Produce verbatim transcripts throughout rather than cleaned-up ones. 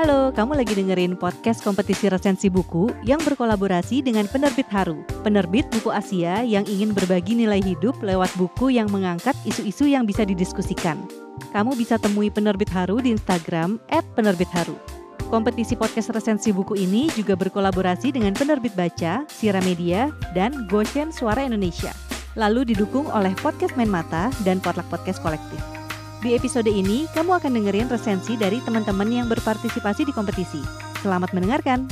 Halo, kamu lagi dengerin podcast kompetisi resensi buku yang berkolaborasi dengan penerbit Haru, penerbit buku Asia yang ingin berbagi nilai hidup lewat buku yang mengangkat isu-isu yang bisa didiskusikan. Kamu bisa temui penerbit Haru di Instagram et penerbit haru. Kompetisi podcast resensi buku ini juga berkolaborasi dengan penerbit Baca, Sira Media, dan Goshen Suara Indonesia. Lalu didukung oleh Podcast Main Mata dan Potluck Podcast Kolektif. Di episode ini, kamu akan dengerin resensi dari teman-teman yang berpartisipasi di kompetisi. Selamat mendengarkan!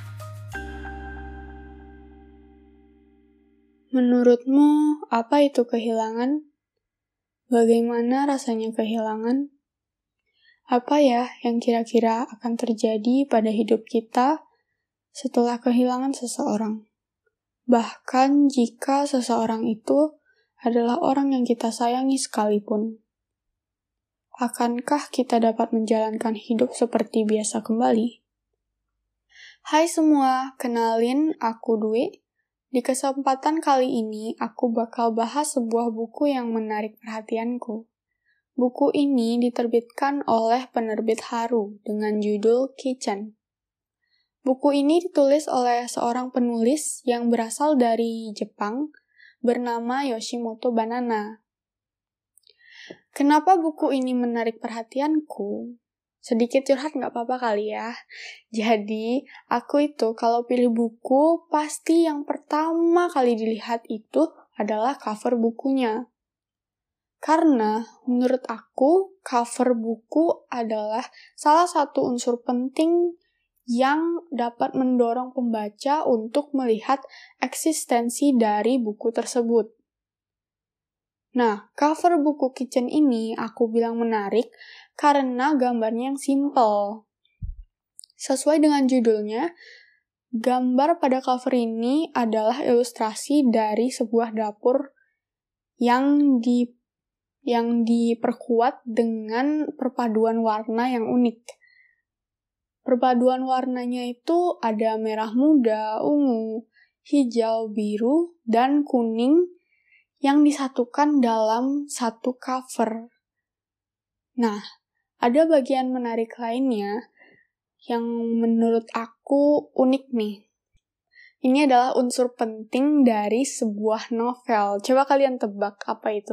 Menurutmu, apa itu kehilangan? Bagaimana rasanya kehilangan? Apa ya yang kira-kira akan terjadi pada hidup kita setelah kehilangan seseorang? Bahkan jika seseorang itu adalah orang yang kita sayangi sekalipun. Akankah kita dapat menjalankan hidup seperti biasa kembali? Hai semua, kenalin aku Dwi. Di kesempatan kali ini, aku bakal bahas sebuah buku yang menarik perhatianku. Buku ini diterbitkan oleh penerbit Haru dengan judul Kitchen. Buku ini ditulis oleh seorang penulis yang berasal dari Jepang, bernama Yoshimoto Banana. Kenapa buku ini menarik perhatianku? Sedikit curhat nggak apa-apa kali ya. Jadi, aku itu kalau pilih buku, pasti yang pertama kali dilihat itu adalah cover bukunya. Karena menurut aku, cover buku adalah salah satu unsur penting yang dapat mendorong pembaca untuk melihat eksistensi dari buku tersebut. Nah, cover buku Kitchen ini aku bilang menarik karena gambarnya yang simple. Sesuai dengan judulnya, gambar pada cover ini adalah ilustrasi dari sebuah dapur yang di yang diperkuat dengan perpaduan warna yang unik. Perpaduan warnanya itu ada merah muda, ungu, hijau, biru, dan kuning yang disatukan dalam satu cover. Nah, ada bagian menarik lainnya yang menurut aku unik nih. Ini adalah unsur penting dari sebuah novel. Coba kalian tebak apa itu?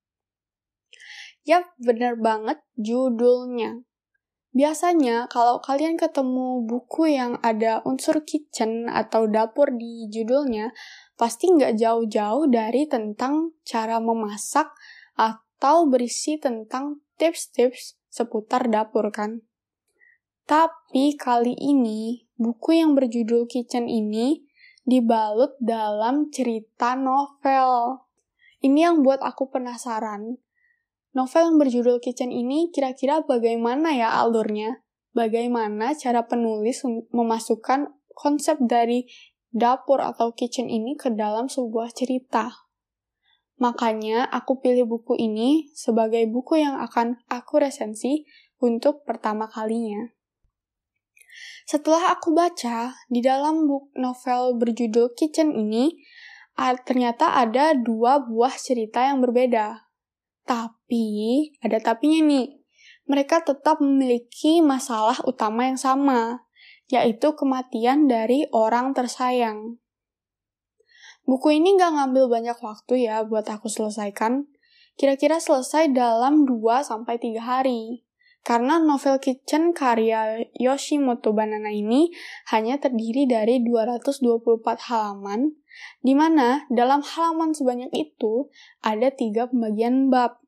Yap, bener banget judulnya. Biasanya kalau kalian ketemu buku yang ada unsur kitchen atau dapur di judulnya, pasti nggak jauh-jauh dari tentang cara memasak atau berisi tentang tips-tips seputar dapur kan. Tapi kali ini, buku yang berjudul Kitchen ini dibalut dalam cerita novel. Ini yang buat aku penasaran. Novel yang berjudul Kitchen ini kira-kira bagaimana ya alurnya? Bagaimana cara penulis memasukkan konsep dari dapur atau kitchen ini ke dalam sebuah cerita. Makanya aku pilih buku ini sebagai buku yang akan aku resensi untuk pertama kalinya. Setelah aku baca, di dalam buku novel berjudul Kitchen ini, ternyata ada dua buah cerita yang berbeda. Tapi, ada tapinya nih. Mereka tetap memiliki masalah utama yang sama, yaitu kematian dari orang tersayang. Buku ini gak ngambil banyak waktu ya buat aku selesaikan. Kira-kira selesai dalam dua sampai tiga hari. Karena novel Kitchen karya Yoshimoto Banana ini hanya terdiri dari dua ratus dua puluh empat halaman, di mana dalam halaman sebanyak itu ada tiga pembagian bab.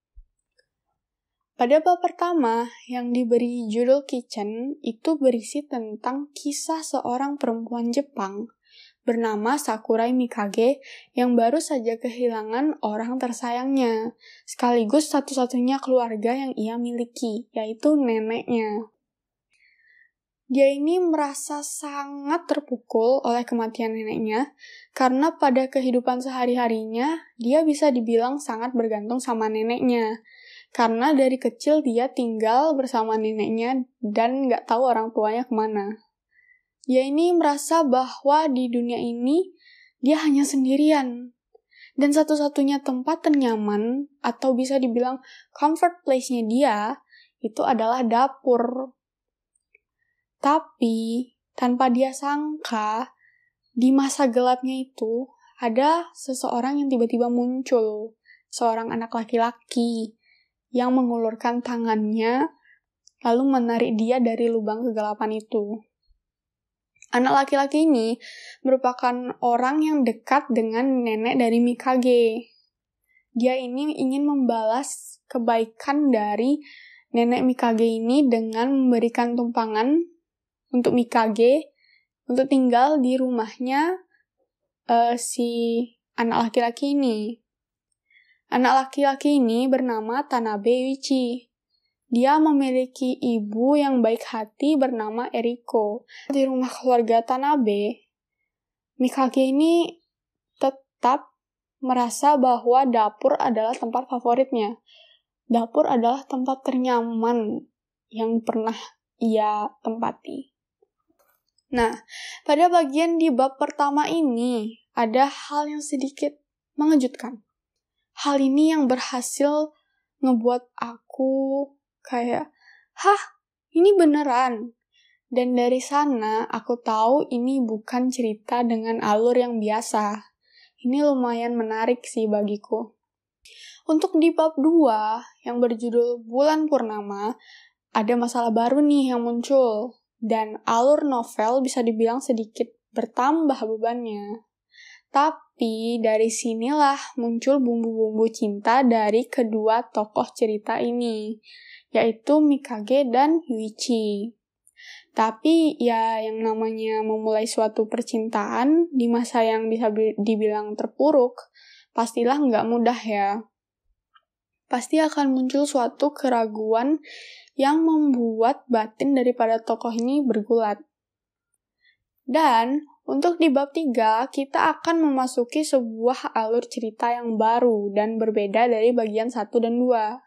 Pada bab pertama, yang diberi judul Kitchen, itu berisi tentang kisah seorang perempuan Jepang bernama Sakurai Mikage yang baru saja kehilangan orang tersayangnya, sekaligus satu-satunya keluarga yang ia miliki, yaitu neneknya. Dia ini merasa sangat terpukul oleh kematian neneknya, karena pada kehidupan sehari-harinya, dia bisa dibilang sangat bergantung sama neneknya. Karena dari kecil dia tinggal bersama neneknya dan nggak tahu orang tuanya kemana. Dia ini merasa bahwa di dunia ini dia hanya sendirian. Dan satu-satunya tempat ternyaman atau bisa dibilang comfort place-nya dia itu adalah dapur. Tapi tanpa dia sangka, di masa gelapnya itu ada seseorang yang tiba-tiba muncul, seorang anak laki-laki yang mengulurkan tangannya lalu menarik dia dari lubang kegelapan itu. Anak laki-laki ini merupakan orang yang dekat dengan nenek dari Mikage. Dia ini ingin membalas kebaikan dari nenek Mikage ini dengan memberikan tumpangan untuk Mikage untuk tinggal di rumahnya uh, si anak laki-laki ini. Anak laki-laki ini bernama Tanabe Yuichi. Dia memiliki ibu yang baik hati bernama Eriko. Di rumah keluarga Tanabe, Mikage ini tetap merasa bahwa dapur adalah tempat favoritnya. Dapur adalah tempat ternyaman yang pernah ia tempati. Nah, pada bagian di bab pertama ini, ada hal yang sedikit mengejutkan. Hal ini yang berhasil ngebuat aku kayak, hah, ini beneran. Dan dari sana aku tahu ini bukan cerita dengan alur yang biasa. Ini lumayan menarik sih bagiku. Untuk di bab dua yang berjudul Bulan Purnama, ada masalah baru nih yang muncul. Dan alur novel bisa dibilang sedikit bertambah bebannya. Tapi dari sinilah muncul bumbu-bumbu cinta dari kedua tokoh cerita ini, yaitu Mikage dan Yuichi. Tapi ya yang namanya memulai suatu percintaan di masa yang bisa dibilang terpuruk, pastilah nggak mudah ya. Pasti akan muncul suatu keraguan yang membuat batin daripada tokoh ini bergulat. Dan untuk di bab tiga, kita akan memasuki sebuah alur cerita yang baru dan berbeda dari bagian satu dan dua.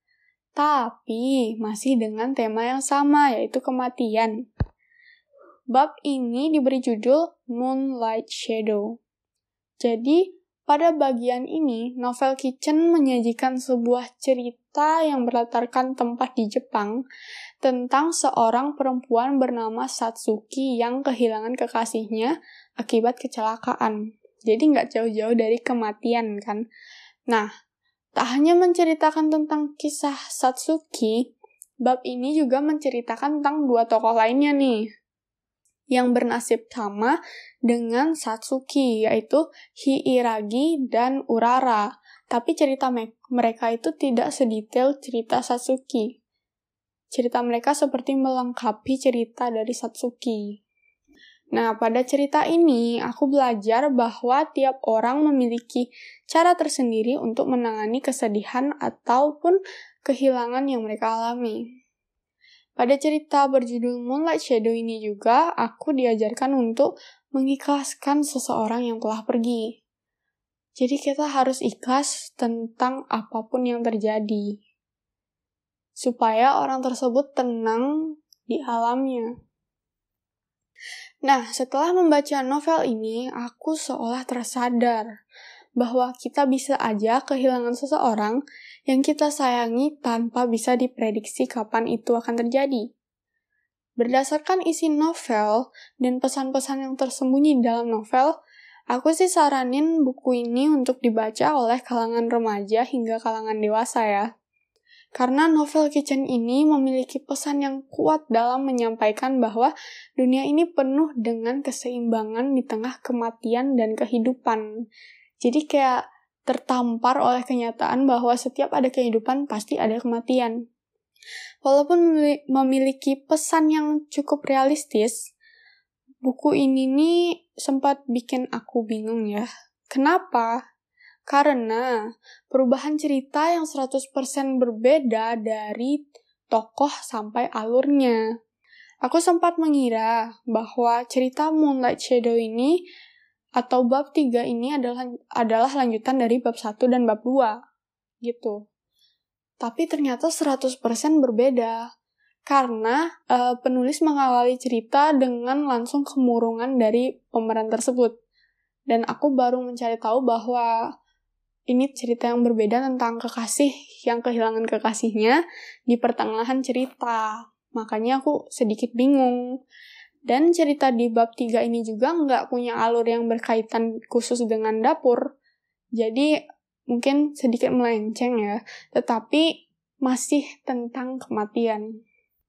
Tapi masih dengan tema yang sama, yaitu kematian. Bab ini diberi judul Moonlight Shadow. Jadi, pada bagian ini, novel Kitchen menyajikan sebuah cerita yang berlatarkan tempat di Jepang tentang seorang perempuan bernama Satsuki yang kehilangan kekasihnya akibat kecelakaan. Jadi nggak jauh-jauh dari kematian kan. Nah, tak hanya menceritakan tentang kisah Satsuki, bab ini juga menceritakan tentang dua tokoh lainnya nih, yang bernasib sama dengan Satsuki, yaitu Hiiragi dan Urara. Tapi cerita me- mereka itu tidak sedetail cerita Satsuki. Cerita mereka seperti melengkapi cerita dari Satsuki. Nah, pada cerita ini, aku belajar bahwa tiap orang memiliki cara tersendiri untuk menangani kesedihan ataupun kehilangan yang mereka alami. Pada cerita berjudul Moonlight Shadow ini juga, aku diajarkan untuk mengikhlaskan seseorang yang telah pergi. Jadi kita harus ikhlas tentang apapun yang terjadi, supaya orang tersebut tenang di alamnya. Nah, setelah membaca novel ini, aku seolah tersadar bahwa kita bisa aja kehilangan seseorang yang kita sayangi tanpa bisa diprediksi kapan itu akan terjadi. Berdasarkan isi novel dan pesan-pesan yang tersembunyi dalam novel, aku sih saranin buku ini untuk dibaca oleh kalangan remaja hingga kalangan dewasa ya. Karena novel Kitchen ini memiliki pesan yang kuat dalam menyampaikan bahwa dunia ini penuh dengan keseimbangan di tengah kematian dan kehidupan. Jadi kayak tertampar oleh kenyataan bahwa setiap ada kehidupan pasti ada kematian. Walaupun memiliki pesan yang cukup realistis, buku ini nih sempat bikin aku bingung ya. Kenapa? Karena perubahan cerita yang seratus persen berbeda dari tokoh sampai alurnya. Aku sempat mengira bahwa cerita Moonlight Shadow ini atau bab tiga ini adalah adalah lanjutan dari bab satu dan bab dua gitu. Tapi ternyata seratus persen berbeda. Karena uh, penulis mengawali cerita dengan langsung kemurungan dari pemeran tersebut. Dan aku baru mencari tahu bahwa ini cerita yang berbeda tentang kekasih yang kehilangan kekasihnya di pertengahan cerita. Makanya aku sedikit bingung. Dan cerita di bab tiga ini juga nggak punya alur yang berkaitan khusus dengan dapur. Jadi mungkin sedikit melenceng ya, tetapi masih tentang kematian.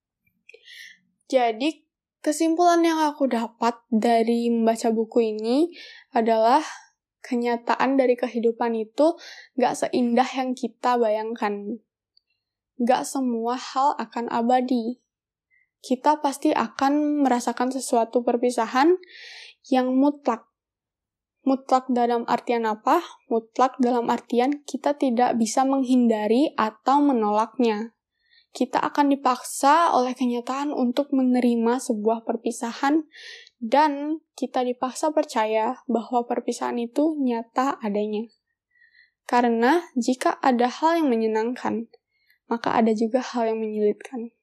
Jadi kesimpulan yang aku dapat dari membaca buku ini adalah kenyataan dari kehidupan itu gak seindah yang kita bayangkan. Gak semua hal akan abadi. Kita pasti akan merasakan sesuatu perpisahan yang mutlak. Mutlak dalam artian apa? Mutlak dalam artian kita tidak bisa menghindari atau menolaknya. Kita akan dipaksa oleh kenyataan untuk menerima sebuah perpisahan dan kita dipaksa percaya bahwa perpisahan itu nyata adanya. Karena jika ada hal yang menyenangkan, maka ada juga hal yang menyulitkan.